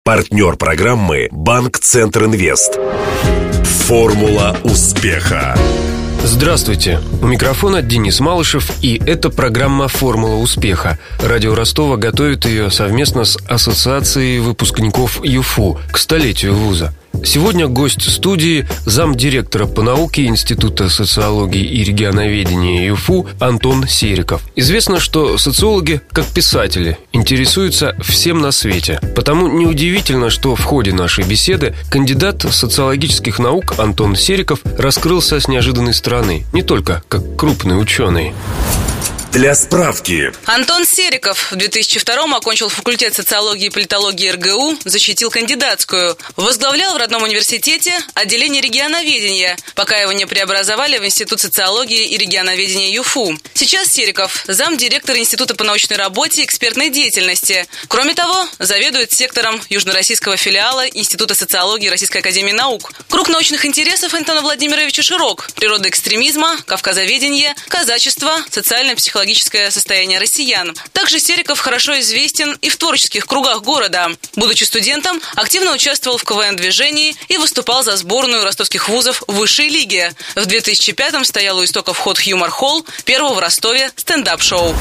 Партнер программы «Банк Центр Инвест». Формула успеха. Здравствуйте, у микрофона Денис Малышев, и это программа «Формула успеха». Радио Ростова готовит ее совместно с Ассоциацией выпускников ЮФУ к столетию вуза. Сегодня гость студии – замдиректора по науке Института социологии и регионоведения ЮФУ Антон Сериков. Известно, что социологи, как писатели, интересуются всем на свете. Потому неудивительно, что в ходе нашей беседы кандидат социологических наук Антон Сериков раскрылся с неожиданной стороны, не только как крупный ученый. Для справки. Антон Сериков в 2002-м окончил факультет социологии и политологии РГУ, защитил кандидатскую. Возглавлял в родном университете отделение регионоведения, пока его не преобразовали в Институт социологии и регионоведения ЮФУ. Сейчас Сериков – замдиректора Института по научной работе и экспертной деятельности. Кроме того, заведует сектором южнороссийского филиала Института социологии Российской академии наук. Круг научных интересов Антона Владимировича широк: природа экстремизма, кавказоведение, казачество, социально-психологическое состояние россиян. Также Сериков хорошо известен и в творческих кругах города. Будучи студентом, активно участвовал в КВН-движении и выступал за сборную ростовских вузов высшей лиги. В 2005-м стоял у истоков ход «Хьюмор-холл», первого в Ростове стендап-шоу.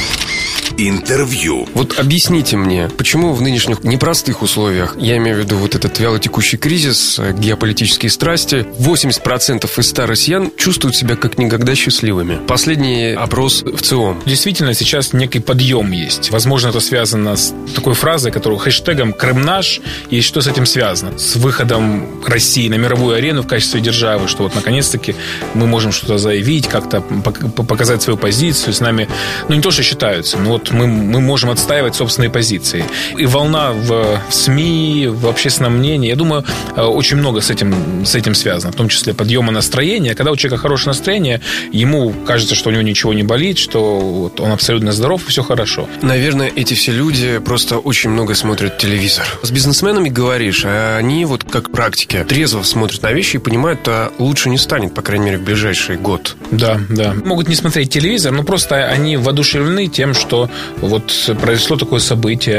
Интервью. Вот объясните мне, почему в нынешних непростых условиях, я имею в виду вот этот вялотекущий кризис, геополитические страсти, 80% из 100 россиян чувствуют себя как никогда счастливыми? Последний опрос в ЦИОМ. Действительно, сейчас некий подъем есть. Возможно, это связано с такой фразой, которую хэштегом «Крым наш», и что с этим связано? С выходом России на мировую арену в качестве державы, что вот наконец-таки мы можем что-то заявить, как-то показать свою позицию. С нами, не то, что считаются, но вот мы можем отстаивать собственные позиции. И волна в СМИ, в общественном мнении, я думаю, очень много с этим связано, в том числе подъема настроения. Когда у человека хорошее настроение, ему кажется, что у него ничего не болит, что вот он абсолютно здоров и все хорошо. Наверное, эти все люди просто очень много смотрят телевизор. С бизнесменами говоришь, а они вот как практики трезво смотрят на вещи и понимают, что лучше не станет, по крайней мере, в ближайший год. Да. Могут не смотреть телевизор, но просто они воодушевлены тем, что вот произошло такое событие,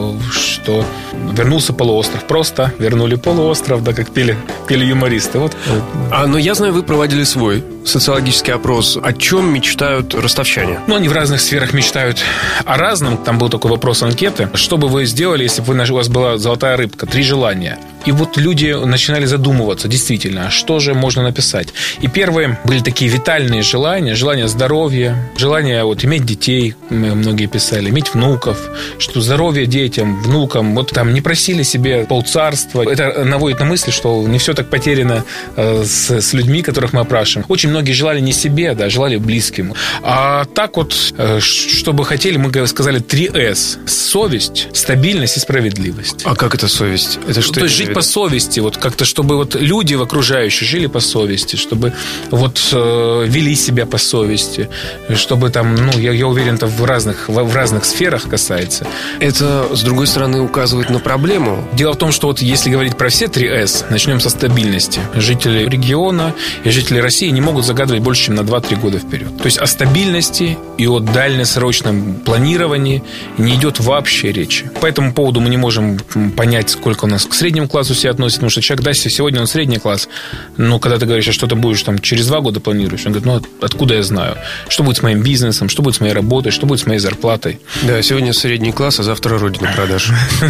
что вернулся полуостров. Просто вернули полуостров, да, как пели юмористы. Вот. Но я знаю, вы проводили свой социологический опрос. О чем мечтают ростовчане? Они в разных сферах мечтают о разном. Там был такой вопрос анкеты. Что бы вы сделали, если бы у вас была золотая рыбка? 3 желания. И вот люди начинали задумываться, действительно, что же можно написать. И первые были такие витальные желания. Желание здоровья, желание вот иметь детей, многие писали, иметь внуков, что здоровье детям, внукам. Вот там не просили себе полцарства. Это наводит на мысль, что не все так потеряно с людьми, которых мы опрашиваем. Очень многие желали не себе, да, желали близким. А так вот, что бы хотели, мы сказали 3С. Совесть, стабильность и справедливость. А как это совесть? Это что? То есть жить по совести, вот как-то, чтобы вот люди окружающие жили по совести, чтобы вот вели себя по совести, чтобы там, я уверен, это в разных сферах касается. Это, с другой стороны, указывает на проблему. Дело в том, что вот если говорить про все 3С, начнем со стабильности. Жители региона и жители России не могут загадывать больше, чем на 2-3 года вперед. То есть о стабильности и о дальнесрочном планировании не идет вообще речи. По этому поводу мы не можем понять, сколько у нас к среднему классу себя относится, потому что человек, да, сегодня он средний класс, но когда ты говоришь, а что ты будешь там через 2 года планируешь, он говорит, откуда я знаю? Что будет с моим бизнесом, что будет с моей работой, что будет с моей зарплатой? Да, сегодня средний класс, а завтра родину продашь.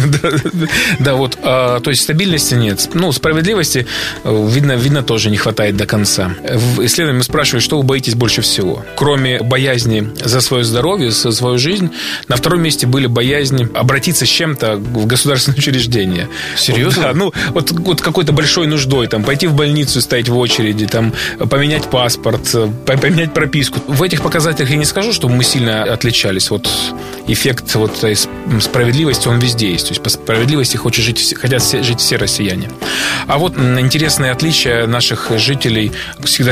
Да, вот, то есть стабильности нет. Справедливости, видно, тоже не хватает до конца. В исследовании мы спрашивали, что вы боитесь больше всего. Кроме боязни за свое здоровье, за свою жизнь, на втором месте были боязни обратиться с чем-то в государственное учреждение. Серьезно? Да, вот какой-то большой нуждой, там, пойти в больницу, стоять в очереди, там, поменять паспорт, поменять прописку. В этих показателях я не скажу, что мы сильно отличались. Вот эффект вот справедливости, он везде есть. То есть по справедливости хотят жить все россияне. А вот интересное отличие наших жителей всегда часть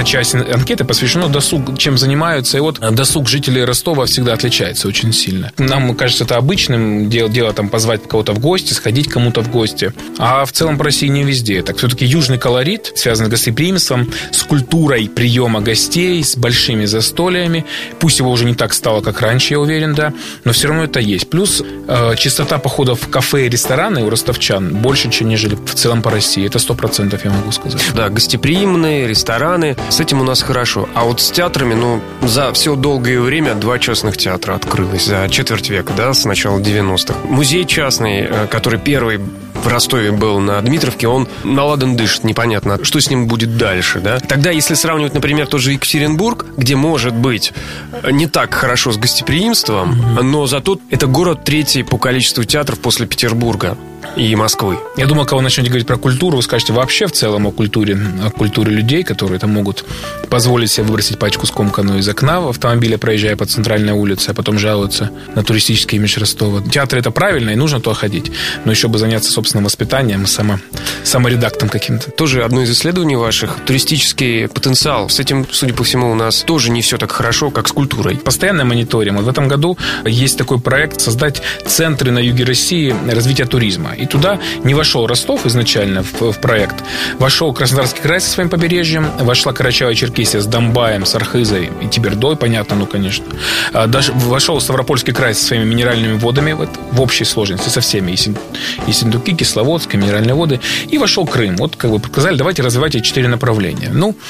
анкеты посвящено досугу, чем занимаются. И вот досуг жителей Ростова всегда отличается очень сильно. Нам кажется это обычным дело там позвать кого-то в гости, сходить кому-то в гости. А в целом по России не везде. Так все-таки южный колорит, связан с гостеприимством, с культурой приема гостей, с большими застольями. Пусть его уже не так стало, как раньше, я уверен, да, но все равно это есть. Плюс частота походов в кафе и рестораны у ростовчан больше, чем нежели в целом по России. Это 100% я могу сказать. Да, гостеприимные рестораны, с этим у нас хорошо. А вот с театрами, за все долгое время 2 частных театра открылось за четверть века, да, с начала 90-х. Музей частный, который первый в Ростове был на Дмитровке, он наладан дышит, непонятно, что с ним будет дальше, да. Тогда, если сравнивать, например, тот же Екатеринбург, где, может быть, не так хорошо с гостеприимством, но зато это город 3-й по количеству театров после Петербурга и Москвы. Я думал, когда вы начнете говорить про культуру, вы скажете вообще в целом о культуре людей, которые там могут позволить себе выбросить пачку скомканную из окна в автомобиле, проезжая по центральной улице, а потом жалуются на туристический имидж Ростова. Театр — это правильно, и нужно туда ходить. Но еще бы заняться собственным воспитанием, саморедактом каким-то. Тоже одно из исследований ваших — туристический потенциал. С этим, судя по всему, у нас тоже не все так хорошо, как с культурой. Постоянно мониторим. Вот в этом году есть такой проект создать центры на юге России развития туризма. И туда не вошел Ростов изначально в проект. Вошел Краснодарский край со своим побережьем, вошла Карачаево-Черкесия с Домбаем, с Архизой и Тебердой, понятно, конечно. Даже вошел Ставропольский край со своими минеральными водами в общей сложности, со всеми. И Синдуки, Кисловодск, минеральные воды. И вошел Крым. Вот как бы показали, давайте развивать эти 4 направления.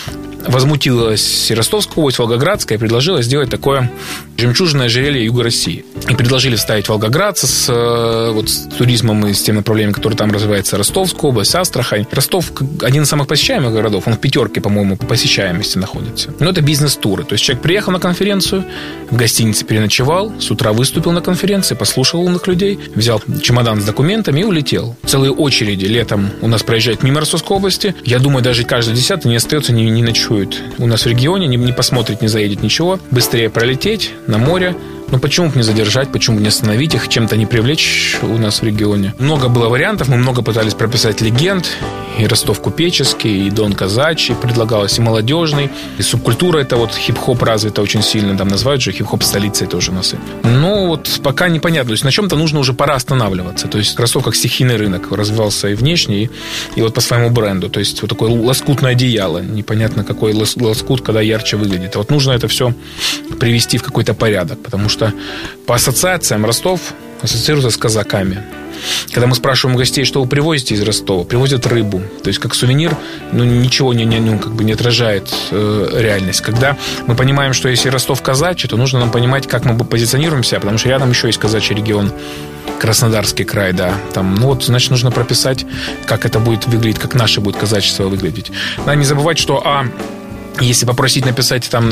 Возмутилась Ростовская область, Волгоградская, и предложила сделать такое жемчужное ожерелье юга России. И предложили вставить Волгоград с туризмом и с тем направлением, которое там развивается, Ростовскую область, Астрахань. Ростов один из самых посещаемых городов, он в 5-ке, по-моему, по посещаемости находится. Но это бизнес-туры. То есть человек приехал на конференцию, в гостинице переночевал, с утра выступил на конференции, послушал умных людей, взял чемодан с документами и улетел. Целые очереди летом у нас проезжают мимо Ростовской области. Я думаю, даже каждый 10-й не остается, не ночует у нас в регионе, не посмотрит, не заедет ничего. Быстрее пролететь на море. Почему бы не задержать, почему бы не остановить их, чем-то не привлечь у нас в регионе. Много было вариантов, мы много пытались прописать легенд. И Ростов купеческий, и Дон казачий предлагалось, и молодежный. И субкультура это хип-хоп развита очень сильно. Там называют же хип-хоп столицей тоже у нас. Пока непонятно. То есть на чем-то нужно уже пора останавливаться. То есть Ростов как стихийный рынок развивался и внешне, и по своему бренду. То есть такое лоскутное одеяло. Непонятно, какой лоскут, когда ярче выглядит. Нужно это все привести в какой-то порядок. Потому что по ассоциациям Ростов ассоциируется с казаками. Когда мы спрашиваем у гостей, что вы привозите из Ростова, привозят рыбу. То есть как сувенир, ничего не отражает реальность. Когда мы понимаем, что если Ростов казачий, то нужно нам понимать, как мы позиционируем себя, потому что рядом еще есть казачий регион, Краснодарский край, да. Там, значит, нужно прописать, как это будет выглядеть, как наше будет казачество выглядеть. Надо не забывать, что если попросить написать там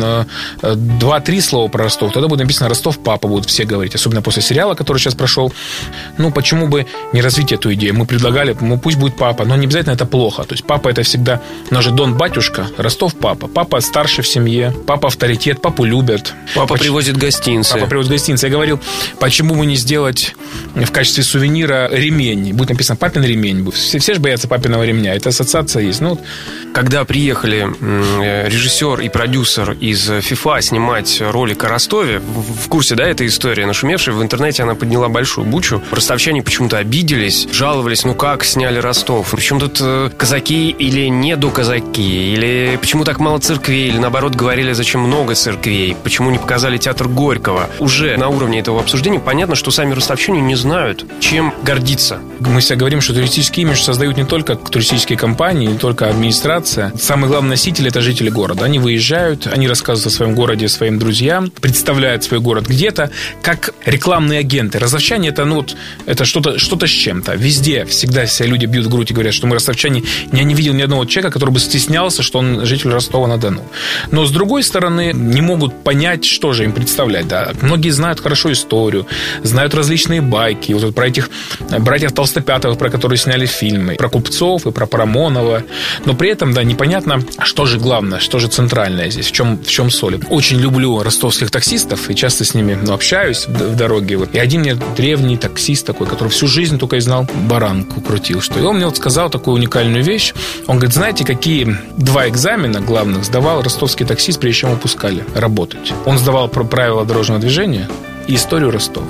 2-3 слова про Ростов, тогда будет написано «Ростов папа», будут все говорить. Особенно после сериала, который сейчас прошел. Почему бы не развить эту идею? Мы предлагали, пусть будет папа, но не обязательно это плохо. То есть папа это всегда, наш же Дон батюшка, Ростов папа. Папа старший в семье, папа авторитет, папу любят. Папа привозит гостинцы. Я говорил, почему бы не сделать в качестве сувенира ремень? Будет написано «Папин ремень». Все же боятся папиного ремня. Это ассоциация есть. Когда приехали режиссер и продюсер из FIFA снимать ролик о Ростове, в курсе, да, этой истории нашумевшей, в интернете она подняла большую бучу. Ростовчане почему-то обиделись, жаловались, как сняли Ростов? Причем тут казаки или недоказаки? Или почему так мало церквей? Или наоборот говорили, зачем много церквей? Почему не показали театр Горького? Уже на уровне этого обсуждения понятно, что сами ростовчане не знают, чем гордиться. Мы все говорим, что туристический имидж создают не только туристические компании, не только администрация. Самый главный носитель — это жители города. Они выезжают, они рассказывают о своем городе своим друзьям, представляют свой город где-то, как рекламные агенты. Ростовчане это что-то с чем-то. Везде всегда все люди бьют в грудь и говорят, что мы ростовчане. Я не видел ни одного человека, который бы стеснялся, что он житель Ростова-на-Дону. Но с другой стороны, не могут понять, что же им представлять. Да? Многие знают хорошо историю, знают различные байки. Про этих братьев Толстопятовых, про которые сняли фильмы, про купцов и про Парамонова. Но при этом, непонятно, что же главное, тоже центральное здесь. В чем соль? Очень люблю ростовских таксистов и часто с ними общаюсь в дороге. И один мне древний таксист такой, который всю жизнь только и знал баранку крутил. И он мне сказал такую уникальную вещь. Он говорит, знаете, какие 2 экзамена главных сдавал ростовский таксист, прежде чем его пускали работать? Он сдавал правила дорожного движения и историю Ростова.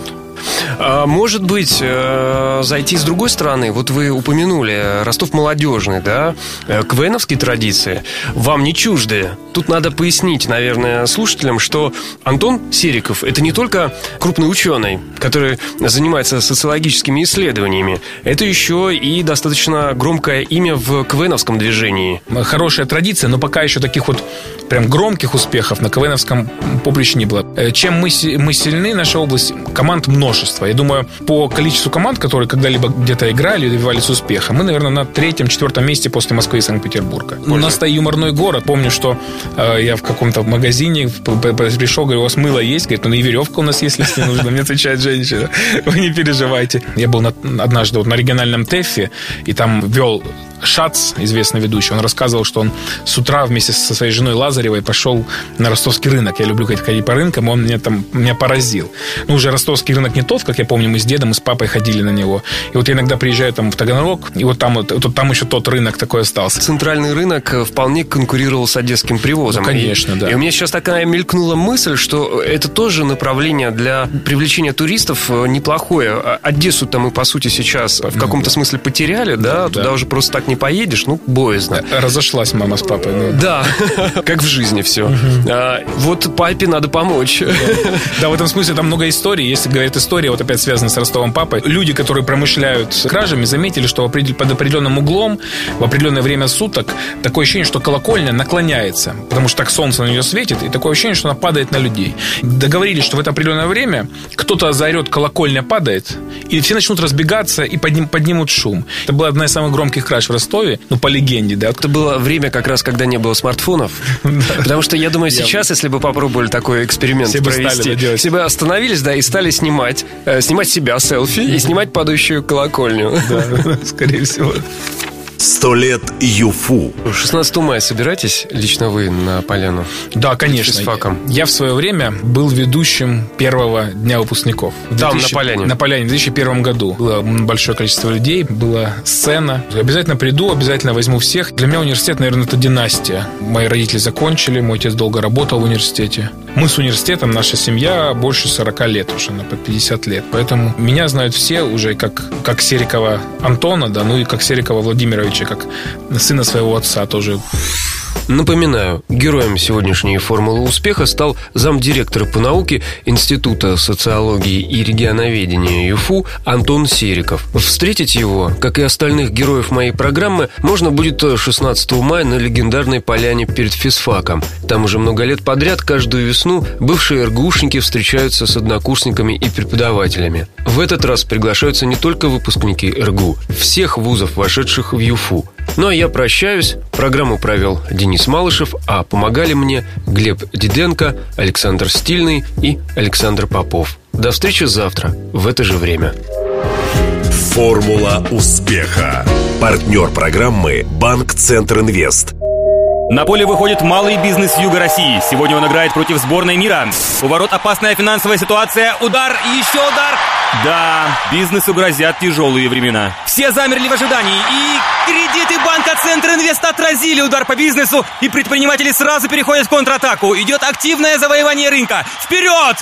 Может быть, зайти с другой стороны. Вот вы упомянули Ростов молодежный, да? КВНовские традиции вам не чужды. Тут надо пояснить, наверное, слушателям, что Антон Сериков — это не только крупный ученый, который занимается социологическими исследованиями. Это еще и достаточно громкое имя в КВНовском движении. Хорошая традиция, но пока еще таких вот прям громких успехов на КВНовском поприще не было. Чем мы сильны, наша область, команд множество. Я думаю, по количеству команд, которые когда-либо где-то играли и добивались успеха, мы, наверное, на 3-4 месте после Москвы и Санкт-Петербурга. У нас-то юморной город. Помню, что я в каком-то магазине пришел, говорю, у вас мыло есть? Говорит, ну и веревка у нас есть, если нужно. Мне отвечает женщина. Вы не переживайте. Я был однажды вот на региональном ТЭФе, и там вел Шац, известный ведущий, он рассказывал, что он с утра вместе со своей женой Лазаревой пошел на ростовский рынок. Я люблю ходить по рынкам, он меня поразил. Ну, уже ростовский рынок не тот, как я помню, мы с дедом и с папой ходили на него. И вот я иногда приезжаю там в Таганрог, и вот там еще тот рынок такой остался. Центральный рынок вполне конкурировал с одесским привозом. Ну, конечно, да. И у меня сейчас такая мелькнула мысль, что это тоже направление для привлечения туристов неплохое. Одессу-то мы, по сути, сейчас в каком-то смысле потеряли, да? Туда уже просто так не поедешь, боязно. Разошлась мама с папой. Да, как в жизни все. Вот папе надо помочь. Да, в этом смысле там много историй. Если говорить история, вот опять связана с Ростовом папой, люди, которые промышляют кражами, заметили, что под определенным углом, в определенное время суток такое ощущение, что колокольня наклоняется, потому что так солнце на нее светит, и такое ощущение, что она падает на людей. Договорились, что в это определенное время кто-то заорет, колокольня падает, и все начнут разбегаться и поднимут шум. Это была одна из самых громких краж в Ростове, по легенде, да. Это было время как раз, когда не было смартфонов. Потому что, я думаю, сейчас, если бы попробовали такой эксперимент провести, все бы остановились, да, и стали снимать себя, селфи, и снимать падающую колокольню. Да, скорее всего. 100 лет ЮФУ. 16 мая собираетесь лично вы на поляну? Да, конечно. Я в свое время был ведущим первого дня выпускников. Там, на поляне? На поляне в 2001 году. Было большое количество людей, была сцена. Обязательно приду, обязательно возьму всех. Для меня университет, наверное, это династия. Мои родители закончили, мой отец долго работал в университете. Мы с университетом, наша семья больше 40 лет уже, по 50 лет. Поэтому меня знают все уже как Серикова Антона, да, и как Серикова Владимировича, как сына своего отца тоже. Напоминаю, героем сегодняшней «Формулы успеха» стал замдиректора по науке Института социологии и регионоведения ЮФУ Антон Сериков. Встретить его, как и остальных героев моей программы, можно будет 16 мая на легендарной поляне перед физфаком. Там уже много лет подряд, каждую весну, бывшие РГУшники встречаются с однокурсниками и преподавателями. В этот раз приглашаются не только выпускники РГУ, всех вузов, вошедших в ЮФУ. Ну а я прощаюсь. Программу провел Денис Малышев, а помогали мне Глеб Диденко, Александр Стильный и Александр Попов. До встречи завтра в это же время. Формула успеха. Партнер программы «Банк Центр Инвест». На поле выходит малый бизнес Юга России. Сегодня он играет против сборной мира. У ворот опасная финансовая ситуация. Удар и еще удар. Да, бизнесу грозят тяжелые времена. Все замерли в ожидании. И кредиты банка Центр Инвест отразили удар по бизнесу. И предприниматели сразу переходят в контратаку. Идет активное завоевание рынка. Вперед!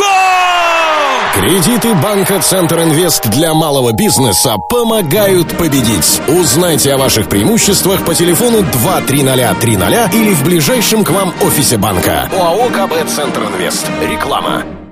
Гол! Кредиты банка Центр Инвест для малого бизнеса помогают победить. Узнайте о ваших преимуществах по телефону 23030 или в ближайшем к вам офисе банка. ОАО КБ Центр Инвест. Реклама.